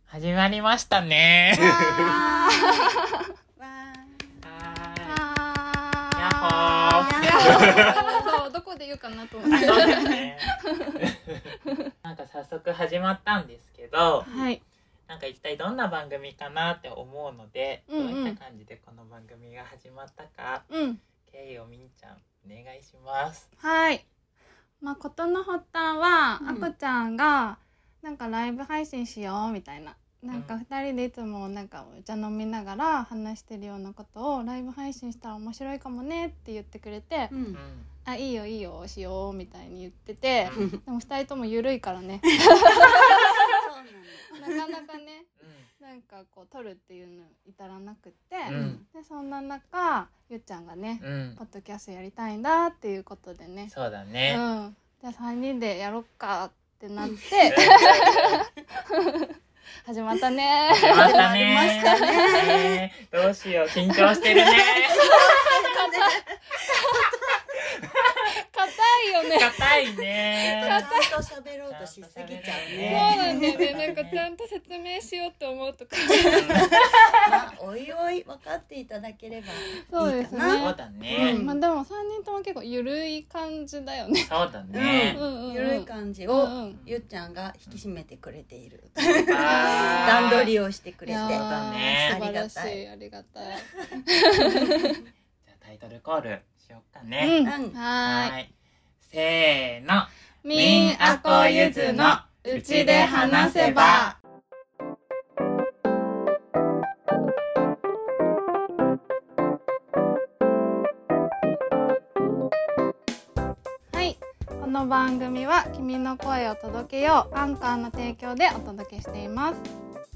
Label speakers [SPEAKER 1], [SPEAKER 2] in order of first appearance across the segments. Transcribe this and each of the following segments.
[SPEAKER 1] 始まりましたね。
[SPEAKER 2] わ
[SPEAKER 1] やっほ
[SPEAKER 2] ーそうどこで言うかなと思って。
[SPEAKER 1] そうですね。なんか早速始まったんですけど、
[SPEAKER 2] はい。
[SPEAKER 1] なんか一体どんな番組かなって思うので、
[SPEAKER 2] うんうん
[SPEAKER 1] どういった感じでこの番組が始まったか、
[SPEAKER 2] うん
[SPEAKER 1] 経緯をみんちゃんお願いします。
[SPEAKER 2] はい。まあ事の発端は、
[SPEAKER 3] うん
[SPEAKER 2] あこちゃんがなんかライブ配信しようみたいな。なんか2人でいつもなんかお茶飲みながら話してるようなことをライブ配信したら面白いかもねって言ってくれて、
[SPEAKER 3] うん
[SPEAKER 2] あいいよいいよしようみたいに言ってて、
[SPEAKER 1] うん
[SPEAKER 2] でも2人とも緩いからね
[SPEAKER 3] そう
[SPEAKER 2] なかなかねなんかこう撮るっていうの至らなくって、
[SPEAKER 1] うん
[SPEAKER 2] でそんな中ゆっちゃんがね、
[SPEAKER 1] うん
[SPEAKER 2] ポッドキャストやりたいんだっていうことでね、
[SPEAKER 1] そうだね。
[SPEAKER 2] じゃあ3人でやろっかってなって始まったね。
[SPEAKER 1] 始まった
[SPEAKER 3] 始まりました
[SPEAKER 1] ね。どうしよう、緊張してるね。
[SPEAKER 2] 硬いよね。
[SPEAKER 1] 硬いね。
[SPEAKER 3] ちゃんと喋ろうとしすぎちゃう
[SPEAKER 2] そう
[SPEAKER 3] ね。
[SPEAKER 2] なんだよね。なんかちゃんと説明しようって思うとか。
[SPEAKER 3] まあおいおい分かっていただければ
[SPEAKER 2] そうですね。
[SPEAKER 3] いいかな。
[SPEAKER 1] そうだね。
[SPEAKER 2] まあでも3人とも結構ゆるい感じだよね。
[SPEAKER 1] そうだね。
[SPEAKER 3] ゆるい感じをゆっちゃんが引き締めてくれている。段取りをしてくれて。
[SPEAKER 2] いや
[SPEAKER 1] そうだね
[SPEAKER 2] 素晴らしい、ありがたい。
[SPEAKER 1] じゃあタイトルコールしようかね。
[SPEAKER 3] うん
[SPEAKER 2] はーい。
[SPEAKER 1] い。せーの。
[SPEAKER 2] みんあこゆずのうちで話せば。はい。この番組は君の声を届けようアンカーの提供でお届けしています。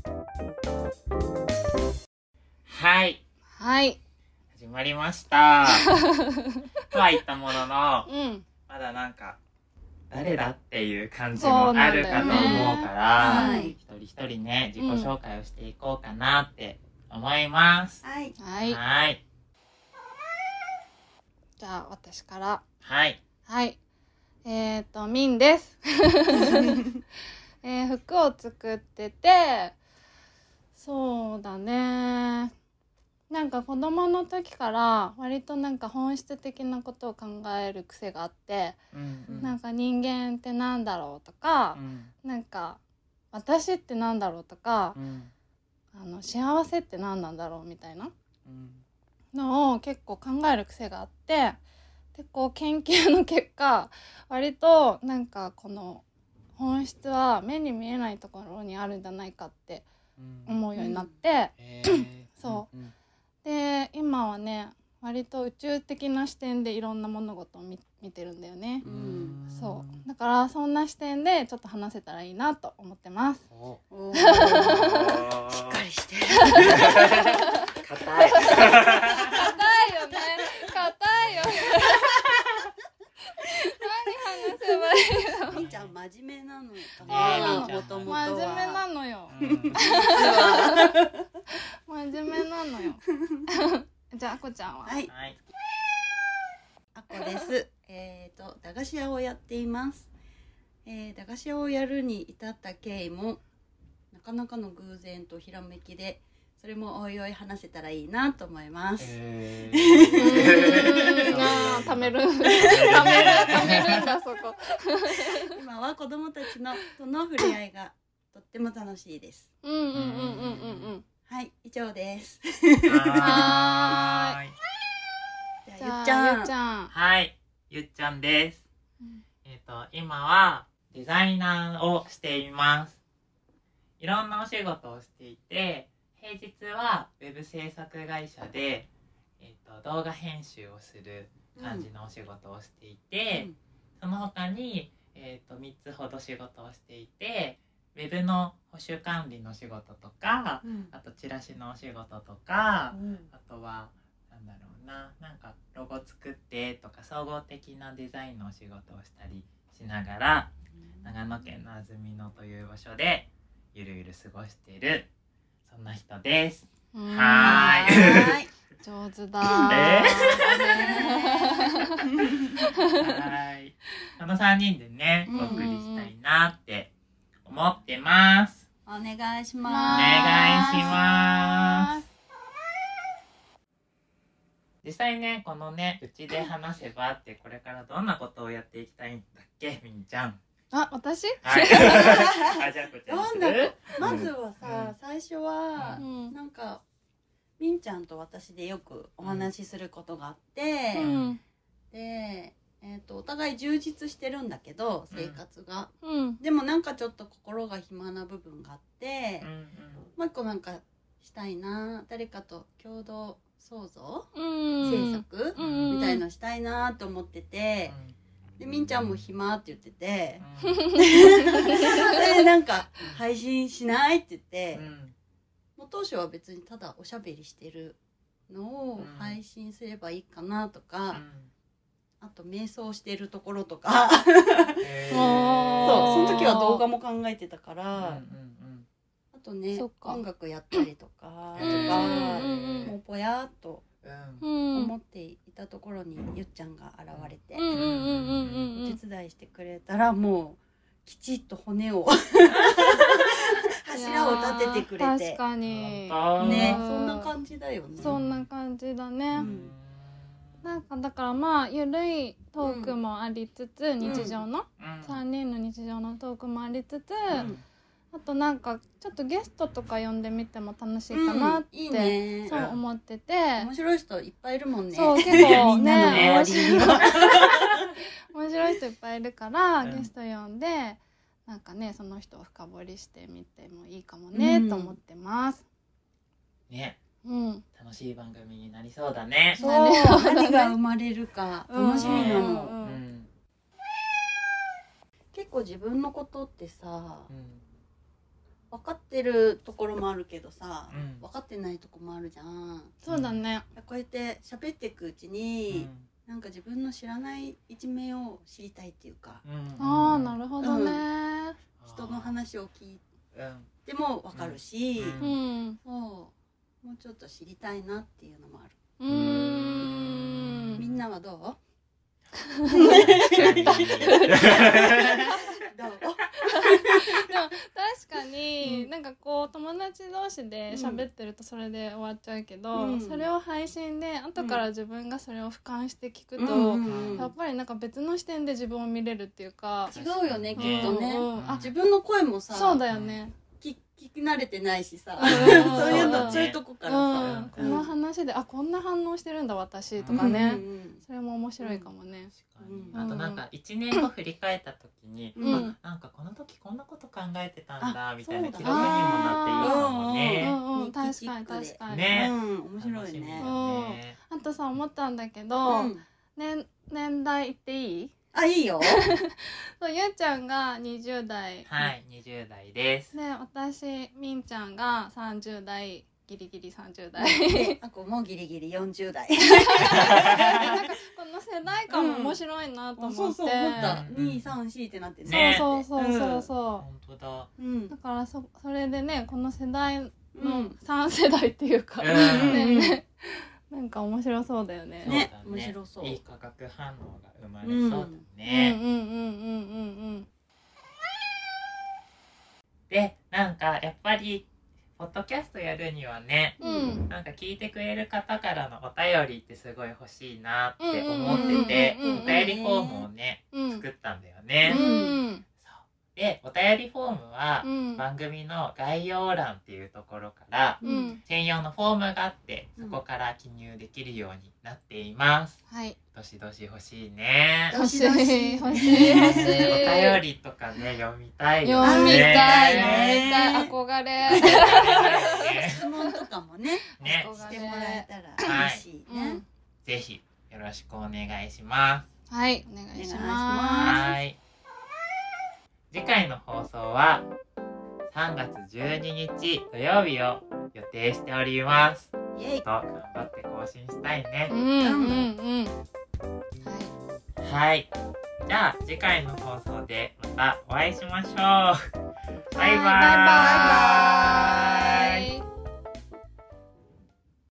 [SPEAKER 1] はい。
[SPEAKER 2] はい。
[SPEAKER 1] 始まりました。とは言ったものの、まだなんか誰だっていう感じもあるかと思うから、
[SPEAKER 3] はい
[SPEAKER 1] 一人一人ね自己紹介をしていこうかなって思います。
[SPEAKER 3] はい。
[SPEAKER 2] はい。
[SPEAKER 1] はい
[SPEAKER 2] じゃあ私から。
[SPEAKER 1] はい
[SPEAKER 2] はい。みんです。服を作ってて、そうだね。なんか子供の時から割となんか本質的なことを考える癖があって、なんか人間ってなんだろうとか、なんか私ってなんだろうとか、幸せって何なんだろうみたいなのを結構考える癖があって、でこう研究の結果割となんかこの本質は目に見えないところにあるんじゃないかって思うようになって、そうで今はね割と宇宙的な視点でいろんな物事を見てるんだよね。そうだからそんな視点でちょっと話せたらいいなと思ってます。
[SPEAKER 3] しっかりしてる。
[SPEAKER 1] 硬い。
[SPEAKER 2] 硬いよね。硬いよね。何話せばいいの。
[SPEAKER 3] みーちゃん真面目なのか
[SPEAKER 2] そう
[SPEAKER 3] な。
[SPEAKER 2] なの
[SPEAKER 3] もともと
[SPEAKER 2] 真面目な
[SPEAKER 3] は。
[SPEAKER 2] のよ。
[SPEAKER 3] 実は
[SPEAKER 2] 真面目なのよ。じゃああこちゃんは。
[SPEAKER 3] はい。
[SPEAKER 1] はい
[SPEAKER 3] あこです。駄菓子屋をやっています。駄菓子屋をやるに至った経緯もなかなかの偶然とひらめきで、それもおいおい話せたらいいなと思います。
[SPEAKER 2] 貯めるんだそこ。
[SPEAKER 3] 今は子供たちとの触れ合いがとっても楽しいです。はい、以上です。
[SPEAKER 2] はーい。
[SPEAKER 3] じゃあゆっちゃん。
[SPEAKER 1] はいゆっちゃんです。今はデザイナーをしています。いろんなお仕事をしていて、平日はウェブ制作会社で、動画編集をする感じのお仕事をしていて、その他に、3つほど仕事をしていて、ウェブの保守管理の仕事とか、あとチラシのお仕事とか、あとはなんだろうな、なんかロゴ作ってとか総合的なデザインのお仕事をしたりしながら、長野県の安曇野という場所でゆるゆる過ごしているそんな人です。はーい。
[SPEAKER 2] 上手だ
[SPEAKER 1] はい。この3人でね、お送りしたいなって思ってます。
[SPEAKER 3] お願いし
[SPEAKER 1] お
[SPEAKER 3] ます。
[SPEAKER 1] 願いします。実際ね、このね、うちで話せばってこれからどんなことをやっていきたいんだっけ、みんちゃん。
[SPEAKER 2] あ、私？
[SPEAKER 1] はい。あ、じゃあこちらにする？
[SPEAKER 3] まずはさ、
[SPEAKER 1] うん
[SPEAKER 3] 最初は、
[SPEAKER 2] うん
[SPEAKER 3] なんかみんちゃんと私でよくお話しすることがあって、
[SPEAKER 2] うん
[SPEAKER 3] で、お互い充実してるんだけど生活が、
[SPEAKER 2] うん
[SPEAKER 3] でもなんかちょっと心が暇な部分があって、
[SPEAKER 1] うん
[SPEAKER 3] もう一個なんかしたいな、誰かと共同創造、
[SPEAKER 2] うん
[SPEAKER 3] 制作、
[SPEAKER 2] うん
[SPEAKER 3] みたいのしたいなって思ってて、でみんちゃんも暇って言ってて、
[SPEAKER 1] うん
[SPEAKER 3] それでなんか配信しないって言って、もう当初は別にただおしゃべりしてるのを配信すればいいかなとか、あと瞑想してるところとか
[SPEAKER 1] へー
[SPEAKER 3] そう、その時は動画も考えてたから、あとね
[SPEAKER 2] そっか
[SPEAKER 3] 音楽やったりとか
[SPEAKER 1] うん
[SPEAKER 3] もうぽやっと
[SPEAKER 2] うん
[SPEAKER 3] 思っていたところにゆっちゃんが現れて、
[SPEAKER 2] うんうんうんうん
[SPEAKER 3] お手伝いしてくれたらもうきちっと骨を柱を立ててくれて
[SPEAKER 2] 確かに
[SPEAKER 3] ね、
[SPEAKER 2] うん
[SPEAKER 3] そんな感じだよね。
[SPEAKER 2] そんな感じだね、
[SPEAKER 3] うん
[SPEAKER 2] なんかだからまあゆるいトークもありつつ、日常の3人の日常のトークもありつつ、あとなんかちょっとゲストとか呼んでみても楽しいかなって、
[SPEAKER 3] いいね。
[SPEAKER 2] そう思ってて、
[SPEAKER 3] 面白い人いっぱいいるもんね。
[SPEAKER 2] そう結構
[SPEAKER 3] みんなの
[SPEAKER 2] ね
[SPEAKER 3] 周りには。
[SPEAKER 2] 面白い人いっぱいいるから、
[SPEAKER 1] うん
[SPEAKER 2] ゲスト呼んでなんかねその人を深掘りしてみてもいいかもね、
[SPEAKER 3] うん
[SPEAKER 2] と思ってます。
[SPEAKER 1] ね、
[SPEAKER 2] うん、
[SPEAKER 1] 楽しい番組になりそうだね。
[SPEAKER 3] そう、
[SPEAKER 2] 何
[SPEAKER 3] 何が生まれるか楽しみなの。
[SPEAKER 1] うん
[SPEAKER 3] 結構自分のことってさ、
[SPEAKER 1] うん
[SPEAKER 3] 分かってるところもあるけどさ、
[SPEAKER 1] うん
[SPEAKER 3] 分かってないとこもあるじゃん。
[SPEAKER 2] そうだね。
[SPEAKER 3] こうやって喋っていくうちに、なんか自分の知らない一面を知りたいっていうか、
[SPEAKER 2] ああなるほどね。
[SPEAKER 3] 人の話を聞い
[SPEAKER 1] うん
[SPEAKER 3] ても分かるし、
[SPEAKER 1] う
[SPEAKER 2] うんん。
[SPEAKER 3] そうもうちょっと知りたいなっていうのもある。
[SPEAKER 2] うーん。
[SPEAKER 3] みんなはどう？どう？
[SPEAKER 2] でも確かに、なんかこう友達同士で喋ってるとそれで終わっちゃうけど、
[SPEAKER 3] うん
[SPEAKER 2] それを配信で後から自分がそれを俯瞰して聞くと、
[SPEAKER 3] うん
[SPEAKER 2] やっぱりなんか別の視点で自分を見れるっていうか、
[SPEAKER 3] 違うよね、きっとね。
[SPEAKER 2] あ
[SPEAKER 3] 自分の声もさ、
[SPEAKER 2] そうだよね。
[SPEAKER 3] 聞き慣れてないしさ、
[SPEAKER 2] うん
[SPEAKER 3] そういうの、
[SPEAKER 1] うん
[SPEAKER 3] そういうとこか
[SPEAKER 2] う
[SPEAKER 3] らさ、
[SPEAKER 2] ん、この話でこんな反応してるんだ私とかね、
[SPEAKER 3] うん
[SPEAKER 2] それも面白いかもね。
[SPEAKER 1] 確かに
[SPEAKER 3] うん
[SPEAKER 1] あとなんか1年後振り返った時に、
[SPEAKER 2] うん
[SPEAKER 1] なんかこの時こんなこと考えてたんだ
[SPEAKER 3] あ
[SPEAKER 1] みたいな記
[SPEAKER 3] そうだ
[SPEAKER 1] 録にもなっていいかもね。
[SPEAKER 2] うん
[SPEAKER 3] 日記
[SPEAKER 2] 確かに
[SPEAKER 3] チックで
[SPEAKER 2] 確かに。
[SPEAKER 1] ね
[SPEAKER 3] 面白い
[SPEAKER 1] 楽しみだ
[SPEAKER 3] ね。
[SPEAKER 1] ね
[SPEAKER 2] あとさ思ったんだけど、
[SPEAKER 3] うん
[SPEAKER 2] 年代言っていい？
[SPEAKER 3] あ、いいよ。
[SPEAKER 2] そうゆうちゃんが20代
[SPEAKER 1] はい20代です。
[SPEAKER 2] で私みんちゃんが30代ギリギリ30代
[SPEAKER 3] であこもギリギリ40代。
[SPEAKER 2] なんかこの世代間も面白いなと思って、
[SPEAKER 3] そうそう思った。
[SPEAKER 1] うん
[SPEAKER 3] 2、3、4ってなって
[SPEAKER 1] ね
[SPEAKER 2] そうそうそうそう
[SPEAKER 1] 本当だ。
[SPEAKER 3] うん
[SPEAKER 2] だからそれでねこの世代
[SPEAKER 3] う
[SPEAKER 2] の
[SPEAKER 3] ん
[SPEAKER 2] 3世代っていうか、
[SPEAKER 1] うん
[SPEAKER 2] ねなんか面白そうだよね。
[SPEAKER 3] ね
[SPEAKER 1] そうだ
[SPEAKER 3] 面白そう
[SPEAKER 1] いい化学反応が生まれそうだ
[SPEAKER 2] うん
[SPEAKER 1] ね。
[SPEAKER 2] うんうんうんうん
[SPEAKER 1] でなんかやっぱりポッドキャストやるにはね、
[SPEAKER 2] うんうん
[SPEAKER 1] なんか聞いてくれる方からのお便りってすごい欲しいなって思ってて、
[SPEAKER 2] うんうんうんうんうん
[SPEAKER 1] お便りフォームをね
[SPEAKER 2] うん
[SPEAKER 1] 作ったんだよね。
[SPEAKER 2] うん
[SPEAKER 1] そうでお便りフォームは
[SPEAKER 2] うん
[SPEAKER 1] 番組の概要欄っていうところから
[SPEAKER 2] うん
[SPEAKER 1] 専用のフォームがあってそこから記入できるようになっています。
[SPEAKER 2] はい
[SPEAKER 1] どしどし欲しいね。
[SPEAKER 2] 欲しい
[SPEAKER 3] どしどし
[SPEAKER 2] 欲しい欲しい
[SPEAKER 1] お便りとかね読みたいよ
[SPEAKER 2] 読み
[SPEAKER 1] ね。
[SPEAKER 2] たい
[SPEAKER 3] ね
[SPEAKER 2] 読みたい憧れ
[SPEAKER 3] 質問とかもね
[SPEAKER 1] ね
[SPEAKER 3] してもらえたら嬉しいね。
[SPEAKER 1] ぜひよろしくお願いします。
[SPEAKER 2] はいお願いし
[SPEAKER 3] お願いし
[SPEAKER 2] ま
[SPEAKER 1] はい。次回の放送は3月12日土曜日を予定しております。
[SPEAKER 3] イエイ。
[SPEAKER 1] 頑張って更新したいね
[SPEAKER 2] す。うんうんうん
[SPEAKER 1] はい。じゃあ次回の放送でまたお会いしましょう。バイバーイ。
[SPEAKER 2] バイバーイ